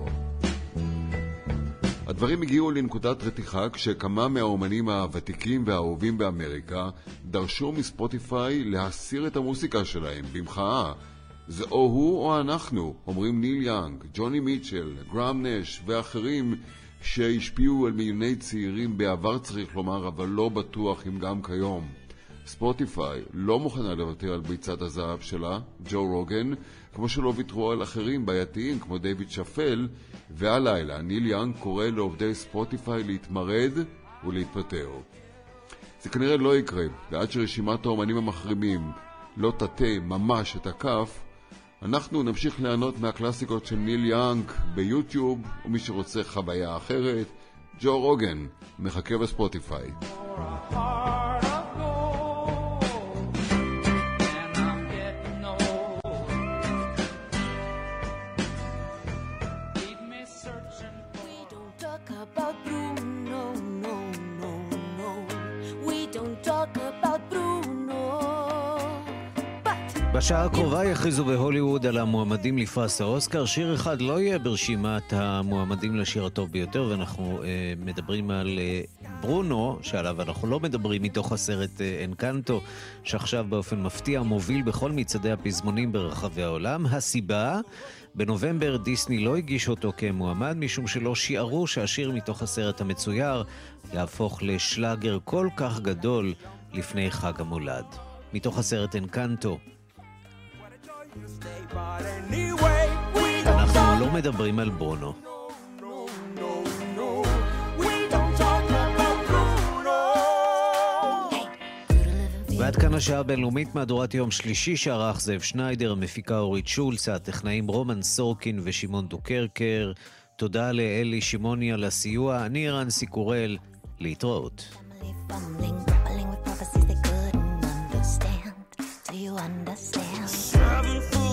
הדברים הגיעו לנקודת רתיחה כשכמה מהאומנים הוותיקים והאהובים באמריקה דרשו מספוטיפיי להסיר את המוסיקה שלהם במחאה. זה או הוא או אנחנו, אומרים ניל יאנג, ג'וני מיטשל, גראם נש ואחרים שהשפיעו על מיליוני צעירים בעבר צריך לומר, אבל לא בטוח אם גם כיום. ספוטיפיי לא מוכנה לוותר על ביצת הזהב שלה, ג'ו רוגן, כמו שלא ויתרו על אחרים בעייתיים כמו דיוויד שפל, והלילה ניל יאנג קורא לעובדי ספוטיפיי להתמרד ולהתפטר. זה כנראה לא יקרה, ועד שרשימת האומנים המחרימים לא תטה ממש את הכף, אנחנו נמשיך ליהנות מהקלאסיקות של ניל יאנג ביוטיוב, ומי שרוצה חוויה אחרת, ג'ו רוגן מחכה בספוטיפיי.
בשעה הקרובה יכריזו בהוליווד על המועמדים לפרס האוסקר. שיר אחד לא יהיה ברשימת המועמדים לשיר הטוב ביותר, ואנחנו מדברים על ברונו, שעליו אנחנו לא מדברים, מתוך הסרט אנקנטו, שעכשיו באופן מפתיע מוביל בכל מצעדי הפזמונים ברחבי העולם. הסיבה, בנובמבר דיסני לא הגיש אותו כמועמד, משום שלא שיערו שהשיר מתוך הסרט המצויר יהפוך לשלאגר כל כך גדול לפני חג המולד. מתוך הסרט אנקנטו. אנחנו לא מדברים על ברונו. ועד כאן השעה הבינלאומית, מהדורת יום שלישי שערך זאב שניידר, המפיקה אורית שולץ, הטכנאים רומן סורקין ושמעון דוקרקר. תודה לאלי שמעוני על הסיוע. אני רנסי קורל, להתראות.
Understand?